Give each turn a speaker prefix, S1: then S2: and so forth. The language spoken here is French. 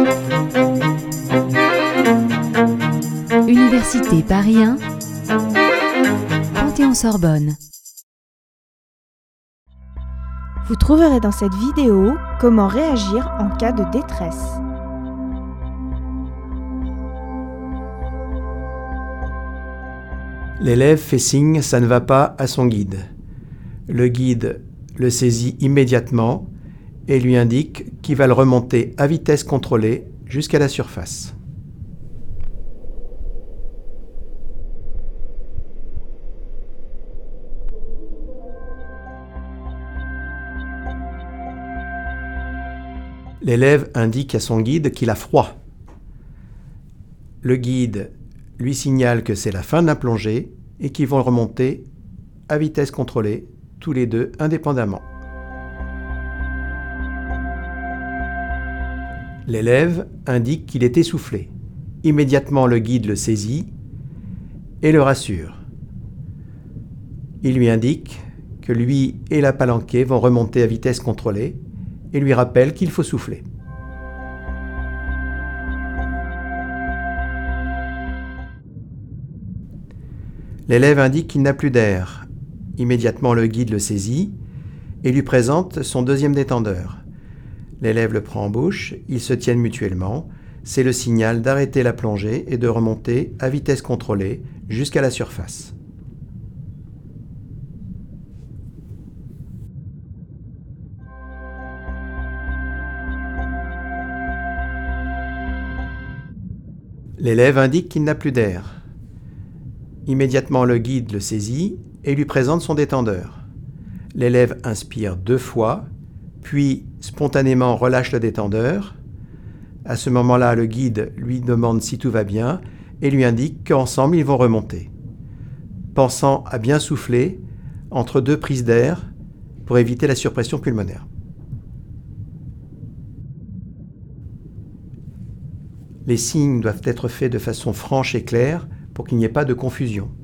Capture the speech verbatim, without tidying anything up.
S1: Université Paris un, Panthéon-Sorbonne.
S2: Vous trouverez dans cette vidéo comment réagir en cas de détresse.
S3: L'élève fait signe « ça ne va pas » à son guide. Le guide le saisit immédiatement et lui indique qu'il va le remonter à vitesse contrôlée jusqu'à la surface. L'élève indique à son guide qu'il a froid. Le guide lui signale que c'est la fin de la plongée et qu'ils vont le remonter à vitesse contrôlée, tous les deux indépendamment. L'élève indique qu'il est essoufflé. Immédiatement, le guide le saisit et le rassure. Il lui indique que lui et la palanquée vont remonter à vitesse contrôlée et lui rappelle qu'il faut souffler. L'élève indique qu'il n'a plus d'air. Immédiatement, le guide le saisit et lui présente son deuxième détendeur. L'élève le prend en bouche, ils se tiennent mutuellement. C'est le signal d'arrêter la plongée et de remonter à vitesse contrôlée jusqu'à la surface. L'élève indique qu'il n'a plus d'air. Immédiatement, le guide le saisit et lui présente son détendeur. L'élève inspire deux fois, puis spontanément relâche le détendeur. À ce moment-là, le guide lui demande si tout va bien et lui indique qu'ensemble, ils vont remonter, pensant à bien souffler entre deux prises d'air pour éviter la surpression pulmonaire. Les signes doivent être faits de façon franche et claire pour qu'il n'y ait pas de confusion.